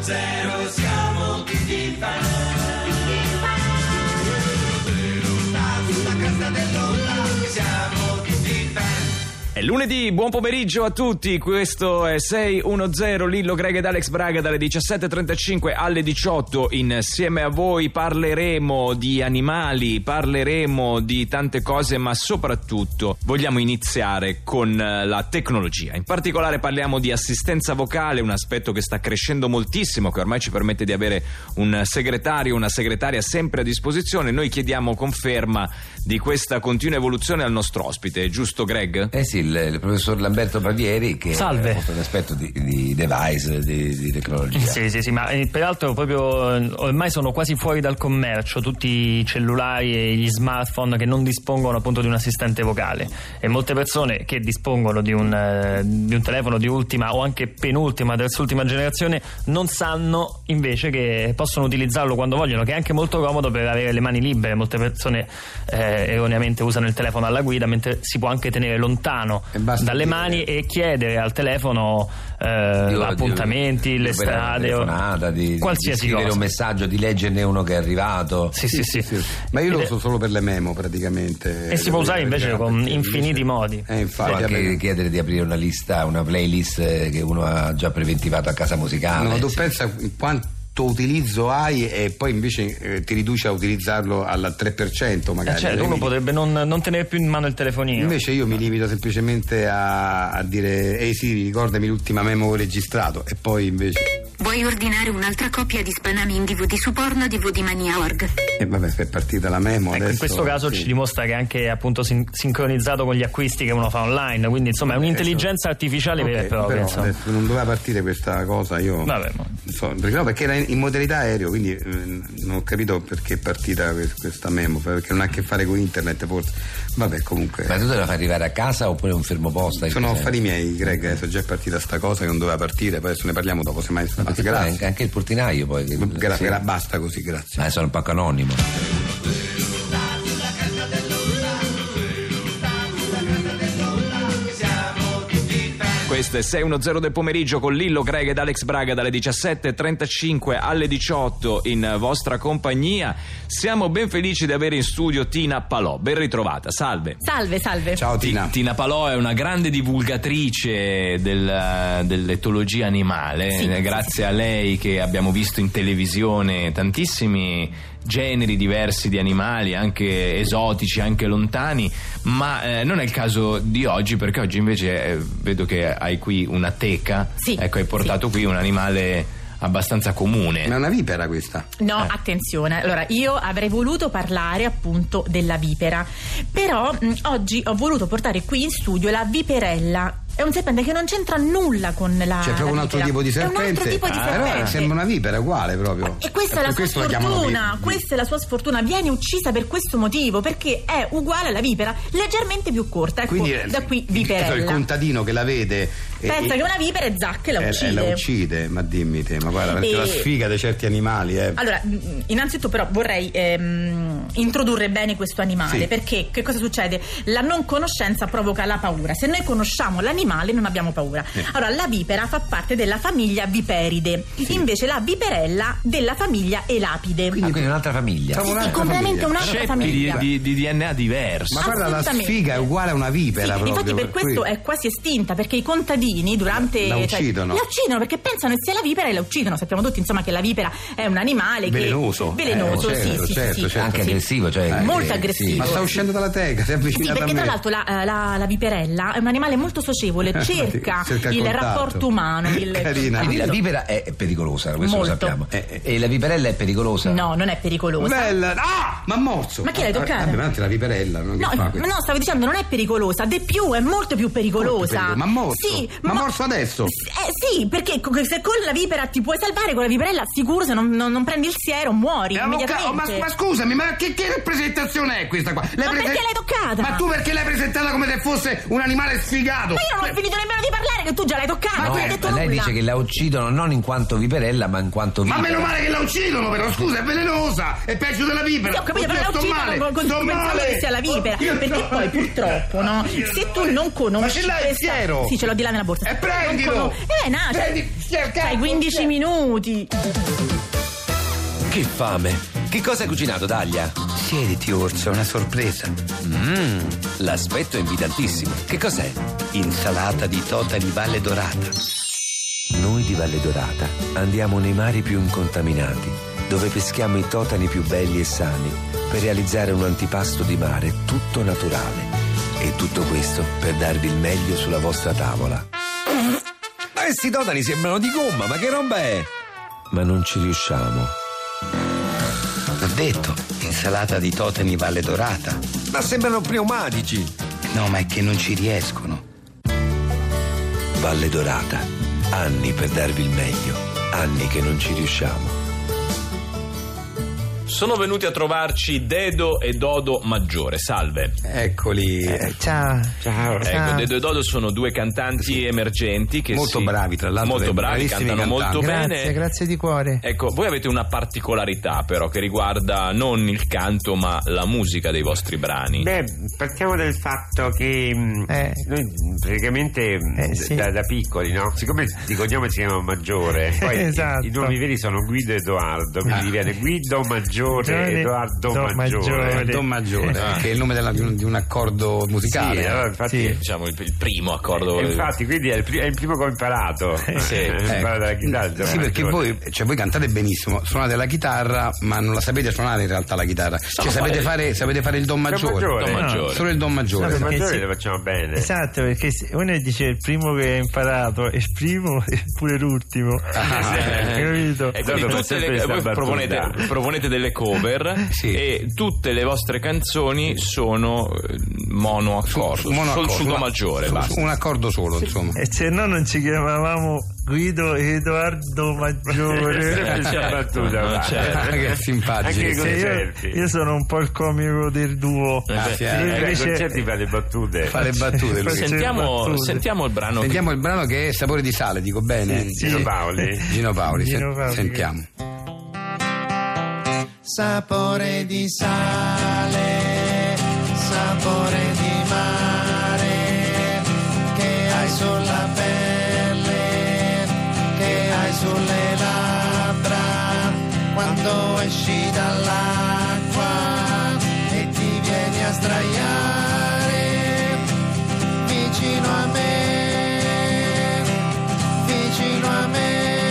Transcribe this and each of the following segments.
siamo tutti fan. Sulla cresta dell'onda siamo tutti fan. È lunedì, buon pomeriggio a tutti, questo è 610 Lillo, Greg ed Alex Braga dalle 17.35 alle 18. Insieme a voi parleremo di animali, parleremo di tante cose, ma soprattutto vogliamo iniziare con la tecnologia. In particolare parliamo di assistenza vocale, un aspetto che sta crescendo moltissimo, che ormai ci permette di avere un segretario, una segretaria sempre a disposizione. Noi chiediamo conferma di questa continua evoluzione al nostro ospite, giusto Greg? Sì, il professor Lamberto Bavieri, che Salve. è un esperto di device, di tecnologia. Sì, ma peraltro proprio ormai sono quasi fuori dal commercio tutti i cellulari e gli smartphone che non dispongono appunto di un assistente vocale, e molte persone che dispongono di un telefono di ultima o anche penultima, terzultima generazione non sanno invece che possono utilizzarlo quando vogliono, che è anche molto comodo per avere le mani libere. Molte persone erroneamente usano il telefono alla guida, mentre si può anche tenere lontano dalle mani e chiedere al telefono appuntamenti, le strade, di qualsiasi scrivere cosa, un messaggio, di leggerne uno che è arrivato. Sì. Ma io lo uso solo per le memo praticamente, e si può usare invece con infiniti modi. Può anche chiedere di aprire una lista, una playlist che uno ha già preventivato a casa musicale. No, tu pensa quanto utilizzo hai e poi invece ti riduce a utilizzarlo al 3% magari. Certo, uno potrebbe non tenere più in mano il telefonino. Invece io mi limito semplicemente a dire ehi sì, ricordami l'ultima memo registrato, e poi invece vuoi ordinare un'altra copia di Spanami in DVD su porno dvdmania.org. e vabbè, è partita la memo adesso. In questo caso ci dimostra che è anche appunto sincronizzato con gli acquisti che uno fa online, quindi insomma è un'intelligenza artificiale vera e propria. Però adesso non doveva partire questa cosa, io perché era in modalità aereo, quindi non ho capito perché è partita questa memo, perché non ha a che fare con internet forse. Vabbè, comunque. Ma tu te la fai arrivare a casa oppure un fermo posta? Sono affari miei, Greg, adesso già è partita sta cosa che non doveva partire, poi adesso ne parliamo dopo, semmai. Grazie. Anche il portinaio poi. Basta così, grazie. Ma sono un po' anonimo. Questo è 610 del pomeriggio con Lillo, Greg ed Alex Braga dalle 17.35 alle 18 in vostra compagnia. Siamo ben felici di avere in studio Tina Palò. Ben ritrovata, salve. Salve. Ciao Tina. Tina Palò è una grande divulgatrice dell'etologia animale. Sì, Grazie a lei che abbiamo visto in televisione tantissimi generi diversi di animali, anche esotici, anche lontani, ma non è il caso di oggi, perché oggi invece vedo che hai qui una teca. Sì, ecco, hai portato qui un animale abbastanza comune. Ma è una vipera questa? No, attenzione. Allora, io avrei voluto parlare appunto della vipera, però oggi ho voluto portare qui in studio la viperella. È un serpente che non c'entra nulla con la. C'è proprio un altro tipo di serpente. È un altro tipo di serpente. Però sembra una vipera uguale proprio. E questa è la sua sfortuna. Questa è la sua sfortuna. Viene uccisa per questo motivo, perché è uguale alla vipera, leggermente più corta. Ecco, quindi, da qui viperella. Il contadino che la vede pensa che è una vipera e zac la uccide. La uccide, ma dimmi te, ma guarda, la sfiga di certi animali. Allora, innanzitutto però vorrei introdurre bene questo animale, perché che cosa succede? La non conoscenza provoca la paura. Se noi conosciamo l'animale non abbiamo paura. Allora, la vipera fa parte della famiglia Viperide, invece la viperella della famiglia Elapide. Quindi un'altra famiglia. Completamente un'altra famiglia. Di DNA diverso. Ma guarda, la sfiga è uguale a una vipera proprio. Infatti per questo è quasi estinta, perché i contadini durante la uccidono. La uccidono perché pensano che sia la vipera e la uccidono. Sappiamo tutti insomma che la vipera è un animale velenoso. Certo, anche aggressivo, cioè molto aggressivo. Ma sta uscendo dalla teca, si è avvicinata perché a me. tra l'altro la viperella è un animale molto socievole, cerca il rapporto umano. Carina. Quindi la vipera è pericolosa, questo molto. Lo sappiamo. E la viperella è pericolosa? No, non è pericolosa. Bella. Ah, ma morso. Ma chi l'hai toccata? Ma la viperella, no, stavo dicendo non è pericolosa, de più è molto più pericolosa. Ma morso? Sì, ma morso adesso? Sì, perché se con la vipera ti puoi salvare, con la viperella sicuro se non prendi il siero muori immediatamente. Ma scusami, ma che rappresentazione è questa qua? Perché l'hai toccata? Ma tu perché l'hai presentata come se fosse un animale sfigato? Ma io non ho finito nemmeno di parlare che tu già l'hai toccata. No, non hai detto lei nulla. dice che la uccidono non in quanto viperella ma in quanto vipera. Ma meno male che la uccidono, però scusa, è velenosa, è peggio della vipera. Sì, ho capito, però la uccidono pensando che sia la vipera. Perché poi purtroppo, no? Se tu non conosci. Ma ce l'hai il siero? Sì, ce l'ho di là nella borsa. Prendilo! Nace! C'hai 15 minuti. Che fame! Che cosa hai cucinato, Daglia? Siediti, Orso, è una sorpresa. L'aspetto è invitantissimo. Che cos'è? Insalata di totani Valle Dorata. Noi di Valle Dorata andiamo nei mari più incontaminati, dove peschiamo i totani più belli e sani, per realizzare un antipasto di mare tutto naturale. E tutto questo per darvi il meglio sulla vostra tavola. Ma questi totani sembrano di gomma, ma che roba è? Ma non ci riusciamo. L'ho detto, insalata di totani Valle Dorata. Ma sembrano pneumatici. No, ma è che non ci riescono. Valle Dorata, anni per darvi il meglio, anni che non ci riusciamo. Sono venuti a trovarci Dedo e Dodo Maggiore. Salve. Eccoli. Ciao. Ecco, Dedo e Dodo sono due cantanti emergenti che molto bravi, tra l'altro. Molto bravi, cantano molto bene. Grazie di cuore. Ecco, voi avete una particolarità però che riguarda non il canto ma la musica dei vostri brani. Beh, partiamo dal fatto che noi praticamente da piccoli, no? Siccome di cognome si chiama Maggiore, poi esatto. i nomi veri sono Guido e Edoardo, quindi viene Guido Maggiore, Edoardo Maggiore. Do Maggiore, che è il nome di un accordo musicale. Sì, allora, infatti, diciamo il primo accordo. Infatti, quindi è il primo che ho imparato. Imparato la chitarra. Sì, perché voi cantate benissimo, suonate la chitarra, ma non la sapete suonare in realtà la chitarra. Sapete fare il Do maggiore. Maggiore. Solo il Do maggiore. Il Do maggiore lo facciamo bene. Esatto, perché uno dice il primo che ha imparato è il primo e pure l'ultimo. Capito? E quindi voi proponete delle cover e tutte le vostre canzoni sono mono accordo, sul Do maggiore, basta. Un accordo solo, insomma. E se no non ci chiamavamo Guido e Edoardo Maggiore. Che simpatico. Io sono un po' il comico del duo. Concerti fa le battute. Sentiamo il brano. Sentiamo il brano che è Sapore di sale, dico bene? Gino Paoli. Sentiamo. Sapore di sale, sapore di mare, che hai sulla pelle, che hai sulle labbra, quando esci dall'acqua e ti vieni a sdraiare vicino a me,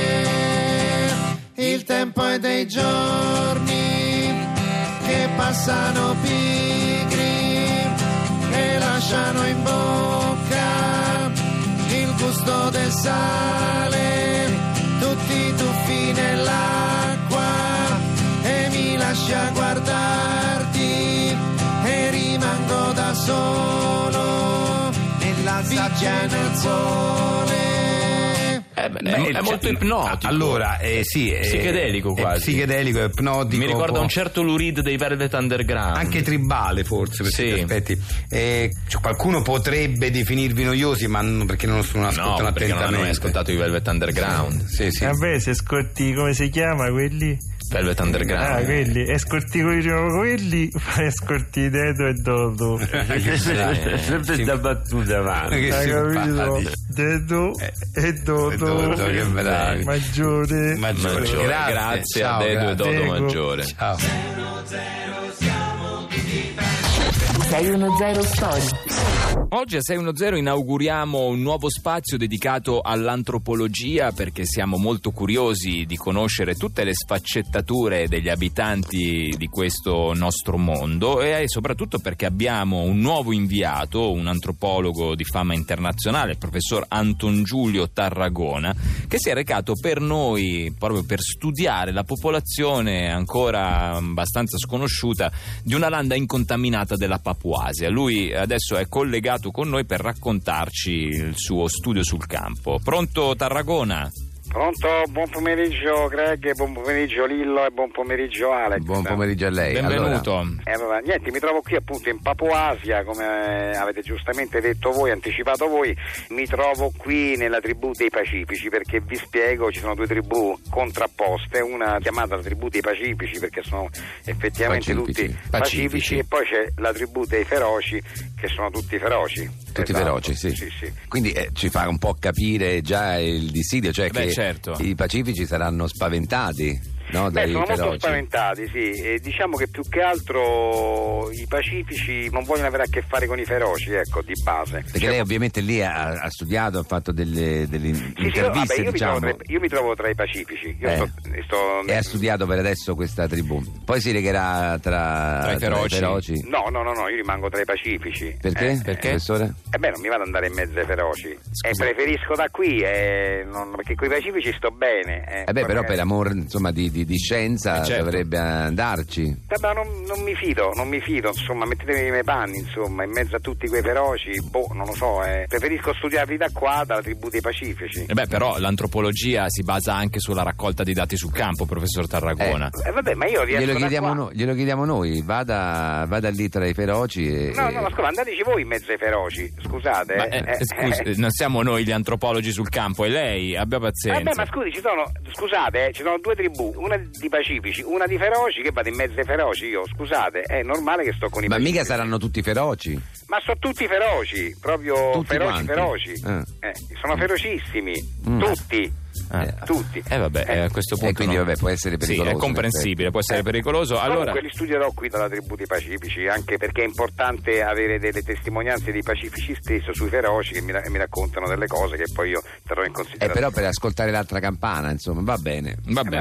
il tempo è dei giorni che passano pigri e lasciano in bocca il gusto del sale, tutti i tuffi nell'acqua e mi lascia guardarti e rimango da solo nella sabbia e nel sole. È molto ipnotico. Allora, psichedelico quasi. Psichedelico, ipnotico. Mi ricorda un certo Lou Reed dei Velvet Underground. Anche tribale, forse, per certi aspetti. Qualcuno potrebbe definirvi noiosi, ma perché non ascoltano attentamente. No, perché non hanno mai ascoltato i Velvet Underground. Sì. Vabbè, se ascolti, come si chiama quelli? Velvet Underground. Quelli, ascolti quelli, poi ascolti Dedo e Dodo. Sempre da battuta avanti. Hai capito? Dedo e Dodo. Che bravi. Maggiore. Grazie a Dedo e Dodo Maggiore. Ciao. 610 Story. Oggi a 610 inauguriamo un nuovo spazio dedicato all'antropologia, perché siamo molto curiosi di conoscere tutte le sfaccettature degli abitanti di questo nostro mondo, e soprattutto perché abbiamo un nuovo inviato, un antropologo di fama internazionale, il professor Anton Giulio Tarragona, che si è recato per noi proprio per studiare la popolazione ancora abbastanza sconosciuta di una landa incontaminata della Papuasia. Lui adesso è collegato con noi per raccontarci il suo studio sul campo. Pronto, Tarragona? Pronto, buon pomeriggio Greg, buon pomeriggio Lillo e buon pomeriggio Alex. Buon pomeriggio a lei. Benvenuto. Allora, niente, mi trovo qui appunto in Papuasia, come avete giustamente detto voi, anticipato voi, mi trovo qui nella tribù dei Pacifici, perché vi spiego, ci sono due tribù contrapposte, una chiamata la tribù dei Pacifici perché sono effettivamente tutti pacifici, e poi c'è la tribù dei Feroci che sono tutti feroci. Tutti feroci, sì. Quindi ci fa un po' capire già il dissidio, cioè che certo. I pacifici saranno spaventati. No, sono molto spaventati, sì, e diciamo che più che altro i pacifici non vogliono avere a che fare con i feroci, ecco, di base. Perché lei ovviamente lì ha studiato, ha fatto delle interviste, io mi trovo tra i pacifici. E ha studiato per adesso questa tribù. Poi si legherà tra i feroci? No, io rimango tra i pacifici. Perché? Professore? Non mi vado ad andare in mezzo ai feroci. Preferisco da qui, perché con i pacifici sto bene. Però per amor, insomma, di scienza dovrebbe andarci. Non mi fido, insomma, mettetemi nei miei panni, insomma, in mezzo a tutti quei feroci, non lo so, preferisco studiarli da qua, dalla tribù dei pacifici. Però l'antropologia si basa anche sulla raccolta di dati sul campo, professor Tarragona. Ma io riesco glielo chiediamo noi, vada lì tra i feroci No, ma scusa, andateci voi in mezzo ai feroci, scusate. Scusi, non siamo noi gli antropologi sul campo, è lei, abbia pazienza. Ma scusi, ci sono due tribù, una di pacifici, una di feroci, che vado in mezzo ai feroci io, scusate, è normale che sto con i pacifici. Ma mica saranno tutti feroci? Ma sono tutti feroci, proprio tutti feroci. Sono ferocissimi, tutti. Tutti. A questo punto quindi può essere pericoloso. Sì, è comprensibile, può essere pericoloso. Comunque li studierò qui dalla tribù dei pacifici, anche perché è importante avere delle testimonianze dei pacifici stesso sui feroci che mi raccontano delle cose che poi io terrò in considerazione. Però per ascoltare l'altra campana, insomma, va bene.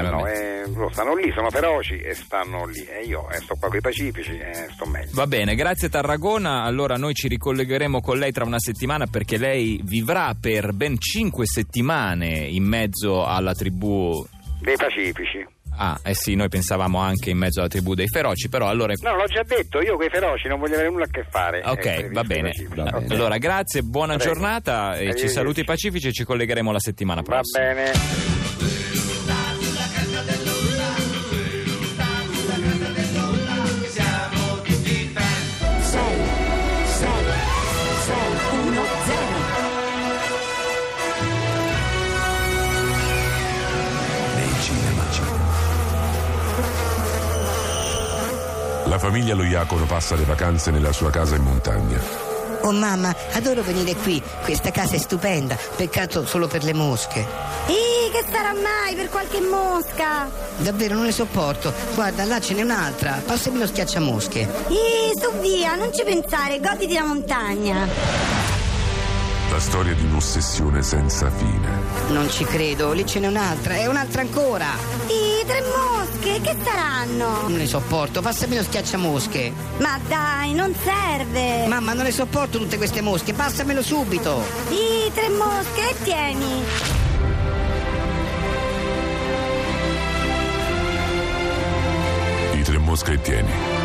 Stanno lì, sono feroci e stanno lì, e io sto qua con i pacifici e sto meglio. Va bene, grazie Tarragona. Allora noi ci ricollegheremo con lei tra una settimana, perché lei vivrà per ben 5 settimane in mezzo alla tribù dei pacifici. Sì, noi pensavamo anche in mezzo alla tribù dei feroci, però allora... No, l'ho già detto, io con i feroci non voglio avere nulla a che fare. Ok, va bene. Allora, grazie, buona giornata, e ci saluti i pacifici e ci collegheremo la settimana prossima. Va bene. La famiglia Lo Iacono passa le vacanze nella sua casa in montagna. Oh mamma, adoro venire qui, questa casa è stupenda, peccato solo per le mosche. Che sarà mai per qualche mosca? Davvero non ne sopporto, guarda là ce n'è un'altra, passami lo schiacciamosche. Su via, non ci pensare, goditi la montagna. La storia di un'ossessione senza fine. Non ci credo, lì ce n'è un'altra, e un'altra ancora. 3 mosche, che saranno? Non ne sopporto, passami lo schiacciamosche. Ma dai, non serve. Mamma, non ne sopporto tutte queste mosche, passamelo subito. 3 mosche, e tieni. I 3 mosche e tieni.